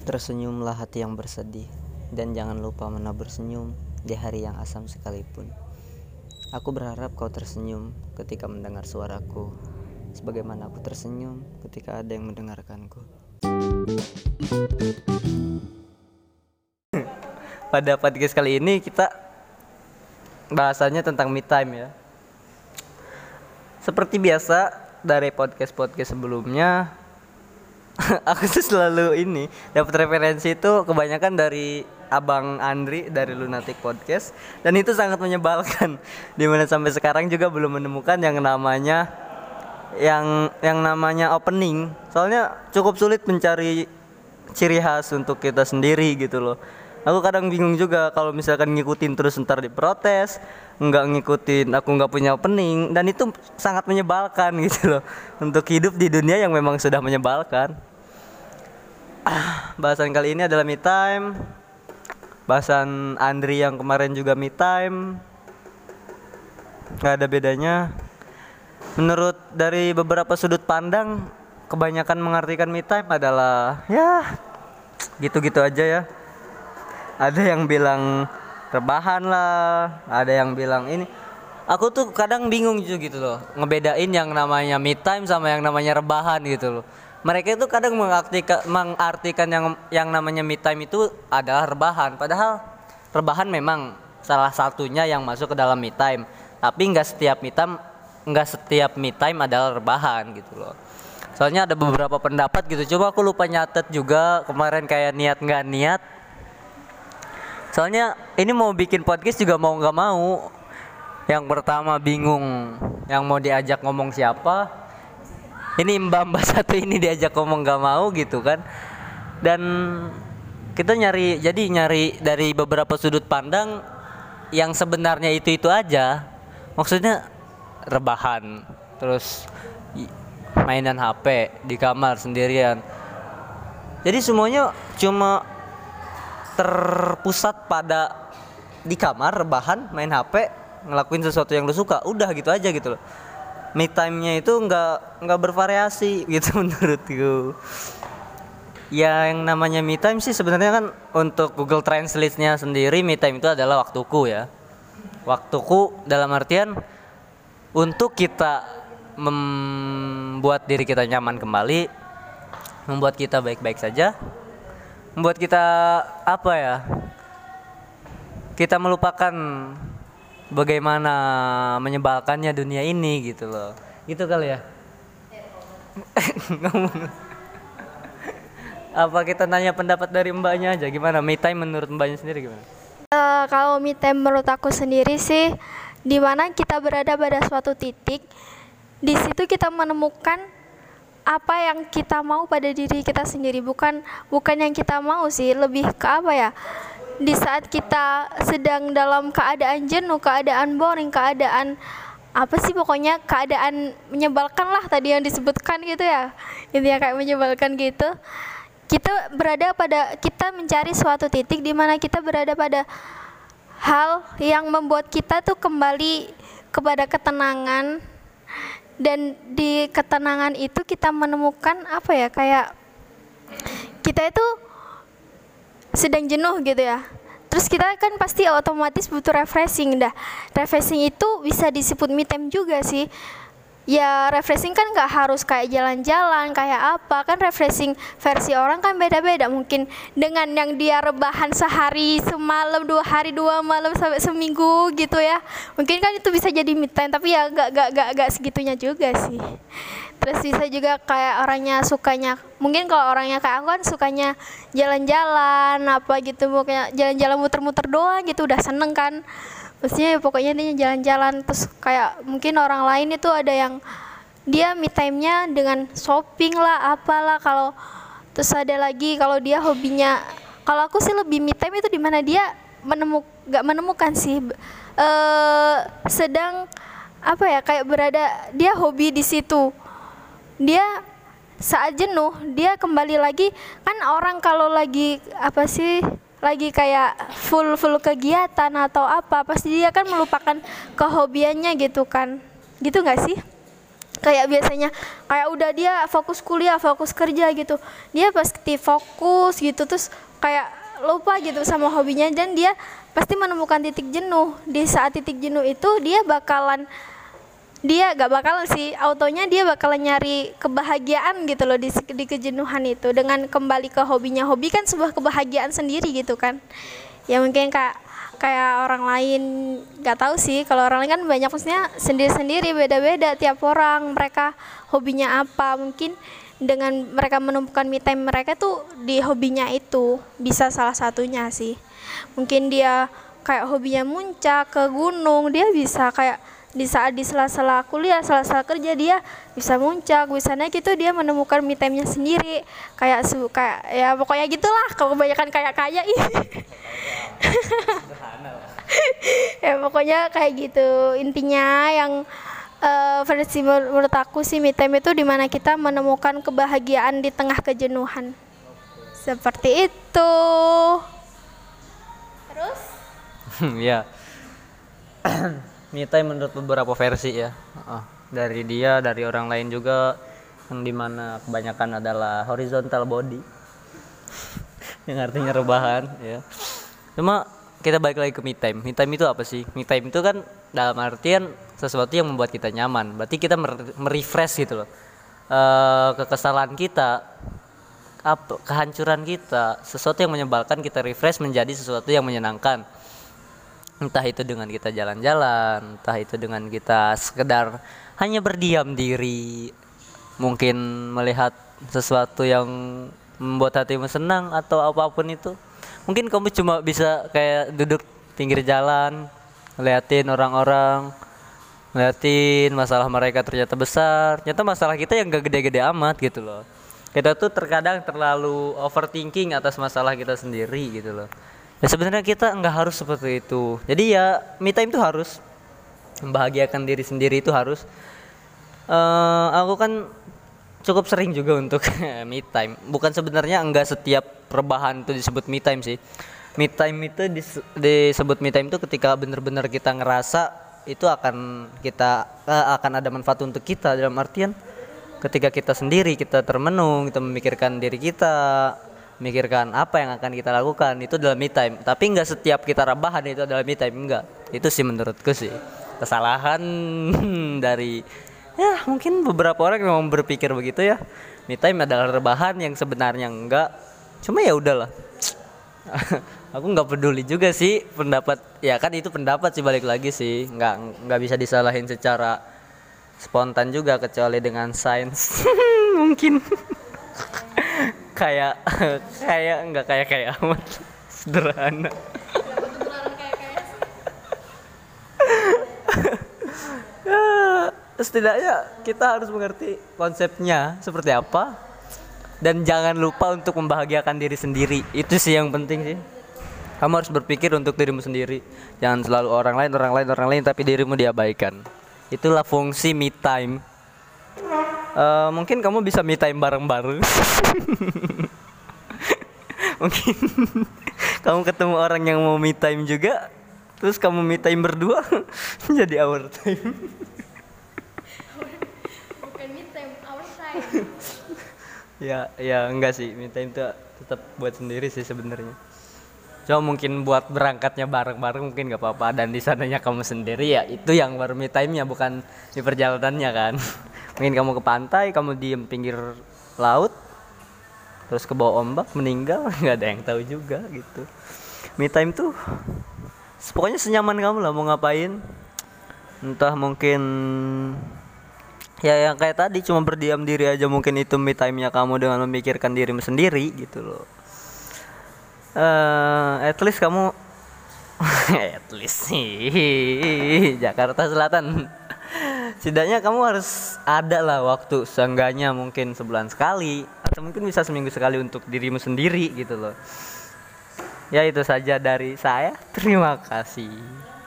Tersenyumlah hati yang bersedih, dan jangan lupa menabur senyum di hari yang asam sekalipun. Aku berharap kau tersenyum ketika mendengar suaraku, sebagaimana aku tersenyum ketika ada yang mendengarkanku. Pada podcast kali ini kita bahasanya tentang me time ya. Seperti biasa dari podcast-podcast sebelumnya, aku tuh selalu dapat referensi itu kebanyakan dari Abang Andri dari Lunatic Podcast, dan itu sangat menyebalkan. Dimana sampai sekarang juga belum menemukan yang namanya opening. Soalnya cukup sulit mencari ciri khas untuk kita sendiri gitu loh. Aku kadang bingung juga kalau misalkan ngikutin terus ntar diprotes, nggak ngikutin aku nggak punya opening, dan itu sangat menyebalkan gitu loh untuk hidup di dunia yang memang sudah menyebalkan. Bahasan kali ini adalah me time. Bahasan Andri yang kemarin juga me time, nggak ada bedanya. Menurut dari beberapa sudut pandang, kebanyakan mengartikan me time adalah ya gitu-gitu aja ya. Ada yang bilang rebahan lah, ada yang bilang ini. Aku tuh kadang bingung juga gitu loh, ngebedain yang namanya me time sama yang namanya rebahan gitu loh. Mereka itu kadang mengartikan yang namanya me time itu adalah rebahan, padahal rebahan memang salah satunya yang masuk ke dalam me time. Tapi nggak setiap me time adalah rebahan gitu loh. Soalnya ada beberapa pendapat gitu. Coba aku lupa nyatet juga kemarin, kayak niat nggak niat. Soalnya ini mau bikin podcast juga mau nggak mau. Yang pertama bingung yang mau diajak ngomong siapa. Ini mbak satu ini diajak ngomong gak mau gitu kan. Dan kita nyari dari beberapa sudut pandang yang sebenarnya itu aja. Maksudnya rebahan, terus mainan HP di kamar sendirian. Jadi semuanya cuma terpusat pada di kamar, rebahan, main HP, ngelakuin sesuatu yang lu suka. Udah gitu aja gitu loh. Me time-nya itu nggak bervariasi gitu menurutku. Ya yang namanya me time sih sebenarnya kan untuk Google Translate-nya sendiri, me time itu adalah waktuku ya. Waktuku dalam artian untuk kita membuat diri kita nyaman kembali, membuat kita baik-baik saja, membuat kita kita melupakan bagaimana menyebalkannya dunia ini gitu loh. Gitu kali ya. Apa kita nanya pendapat dari mbaknya aja, gimana me time menurut mbaknya sendiri gimana? Kalau me time menurut aku sendiri sih, di mana kita berada pada suatu titik, di situ kita menemukan apa yang kita mau pada diri kita sendiri, bukan yang kita mau sih, lebih ke apa ya? Di saat kita sedang dalam keadaan jenuh, keadaan boring, keadaan apa sih pokoknya keadaan menyebalkan lah tadi yang disebutkan gitu ya, intinya kayak menyebalkan gitu. Kita mencari suatu titik di mana kita berada pada hal yang membuat kita tuh kembali kepada ketenangan, dan di ketenangan itu kita menemukan apa ya, kayak kita itu sedang jenuh gitu ya. Terus kita kan pasti otomatis butuh refreshing. Refreshing itu bisa disebut me time juga sih. Ya refreshing kan gak harus kayak jalan-jalan, kayak apa. Kan refreshing versi orang kan beda-beda. Mungkin dengan yang dia rebahan sehari, semalam, 2 hari 2 malam sampai seminggu gitu ya. Mungkin kan itu bisa jadi me time, tapi ya gak segitunya juga sih. Terus bisa juga kayak orangnya sukanya, mungkin kalau orangnya kayak aku kan sukanya jalan-jalan apa gitu, pokoknya jalan-jalan muter-muter doang gitu udah seneng kan. Maksudnya pokoknya dia jalan-jalan. Terus kayak mungkin orang lain itu ada yang dia me time-nya dengan shopping lah apalah. Kalau terus ada lagi kalau dia hobinya, kalau aku sih lebih me time itu di mana dia gak menemukan sih, sedang apa ya, kayak berada dia hobi di situ. Dia saat jenuh dia kembali lagi, kan orang kalau lagi lagi kayak full kegiatan atau apa, pasti dia kan melupakan kehobiannya gitu kan, gitu nggak sih? Kayak biasanya kayak udah dia fokus kuliah, fokus kerja gitu, dia pasti fokus gitu, terus kayak lupa gitu sama hobinya, dan dia pasti menemukan titik jenuh. Di saat titik jenuh itu dia gak bakalan sih, autonya dia bakalan nyari kebahagiaan gitu loh di kejenuhan itu dengan kembali ke hobinya. Hobi kan sebuah kebahagiaan sendiri gitu kan. Ya mungkin kayak orang lain, nggak tahu sih, kalau orang lain kan banyak, maksudnya sendiri-sendiri, beda-beda tiap orang, mereka hobinya apa. Mungkin dengan mereka menemukan me time mereka tuh di hobinya itu, bisa salah satunya sih. Mungkin dia kayak hobinya muncak ke gunung, dia bisa kayak di saat di sela-sela kuliah, sela-sela kerja, dia bisa muncak, bisa naik, itu dia menemukan me time-nya sendiri. Kayak ya pokoknya gitulah, kalau kebanyakan kayak ini. Ya pokoknya kayak gitu intinya. Yang versi menurut aku sih, me time itu dimana kita menemukan kebahagiaan di tengah kejenuhan, seperti itu. Terus Ya, me time menurut beberapa versi ya, dari dia, dari orang lain juga, yang dimana kebanyakan adalah horizontal body yang artinya rebahan ya. Cuma kita balik lagi ke me time. Me time itu apa sih? Me time itu kan dalam artian sesuatu yang membuat kita nyaman. Berarti kita merefresh gitu loh. Kekesalan kita, kehancuran kita, sesuatu yang menyebalkan kita refresh menjadi sesuatu yang menyenangkan. Entah itu dengan kita jalan-jalan, entah itu dengan kita sekedar hanya berdiam diri, mungkin melihat sesuatu yang membuat hatimu senang atau apapun itu. Mungkin kamu cuma bisa kayak duduk pinggir jalan, ngeliatin orang-orang, ngeliatin masalah mereka ternyata besar, ternyata masalah kita yang gak gede-gede amat gitu loh. Kita tuh terkadang terlalu overthinking atas masalah kita sendiri gitu loh. Ya sebenarnya kita nggak harus seperti itu. Jadi ya me time itu harus membahagiakan diri sendiri, itu harus. Aku kan cukup sering juga untuk me time. Bukan sebenarnya enggak setiap rebahan itu disebut me time sih. Me time itu disebut me time itu ketika benar-benar kita ngerasa itu akan ada manfaat untuk kita, dalam artian ketika kita sendiri, kita termenung, kita memikirkan diri kita, memikirkan apa yang akan kita lakukan, itu adalah me time. Tapi enggak setiap kita rebahan itu adalah me time, enggak. Itu sih menurutku sih kesalahan dari ya mungkin beberapa orang yang mau berpikir begitu ya. Me time adalah rebahan yang sebenarnya enggak. Cuma ya udahlah. Aku nggak peduli juga sih pendapat, ya kan itu pendapat sih, balik lagi sih, nggak bisa disalahin secara spontan juga kecuali dengan sains. Mungkin kayak nggak kayak amat sederhana. Setidaknya kita harus mengerti konsepnya seperti apa, dan jangan lupa untuk membahagiakan diri sendiri. Itu sih yang penting sih. Kamu harus berpikir untuk dirimu sendiri. Jangan selalu orang lain, tapi dirimu diabaikan. Itulah fungsi me time. Mungkin kamu bisa me time bareng-bareng. Mungkin kamu ketemu orang yang mau me time juga, terus kamu me time berdua, jadi our time. bukan me time, our time. Ya enggak sih, me time itu tetap buat sendiri sih sebenarnya. Cuma mungkin buat berangkatnya bareng-bareng mungkin nggak apa-apa, dan di sananya kamu sendiri ya itu yang baru me time-nya, bukan di perjalanannya kan. Mungkin kamu ke pantai, kamu diem pinggir laut, terus ke bawah ombak meninggal, nggak ada yang tahu juga gitu. Me time tuh pokoknya senyaman kamu lah mau ngapain. Entah mungkin ya yang kayak tadi cuma berdiam diri aja, mungkin itu me time-nya kamu dengan memikirkan dirimu sendiri gitu loh. At least kamu at least sih Jakarta Selatan, setidaknya kamu harus ada lah waktu, seenggaknya mungkin sebulan sekali atau mungkin bisa seminggu sekali untuk dirimu sendiri gitu loh. Ya itu saja dari saya, terima kasih.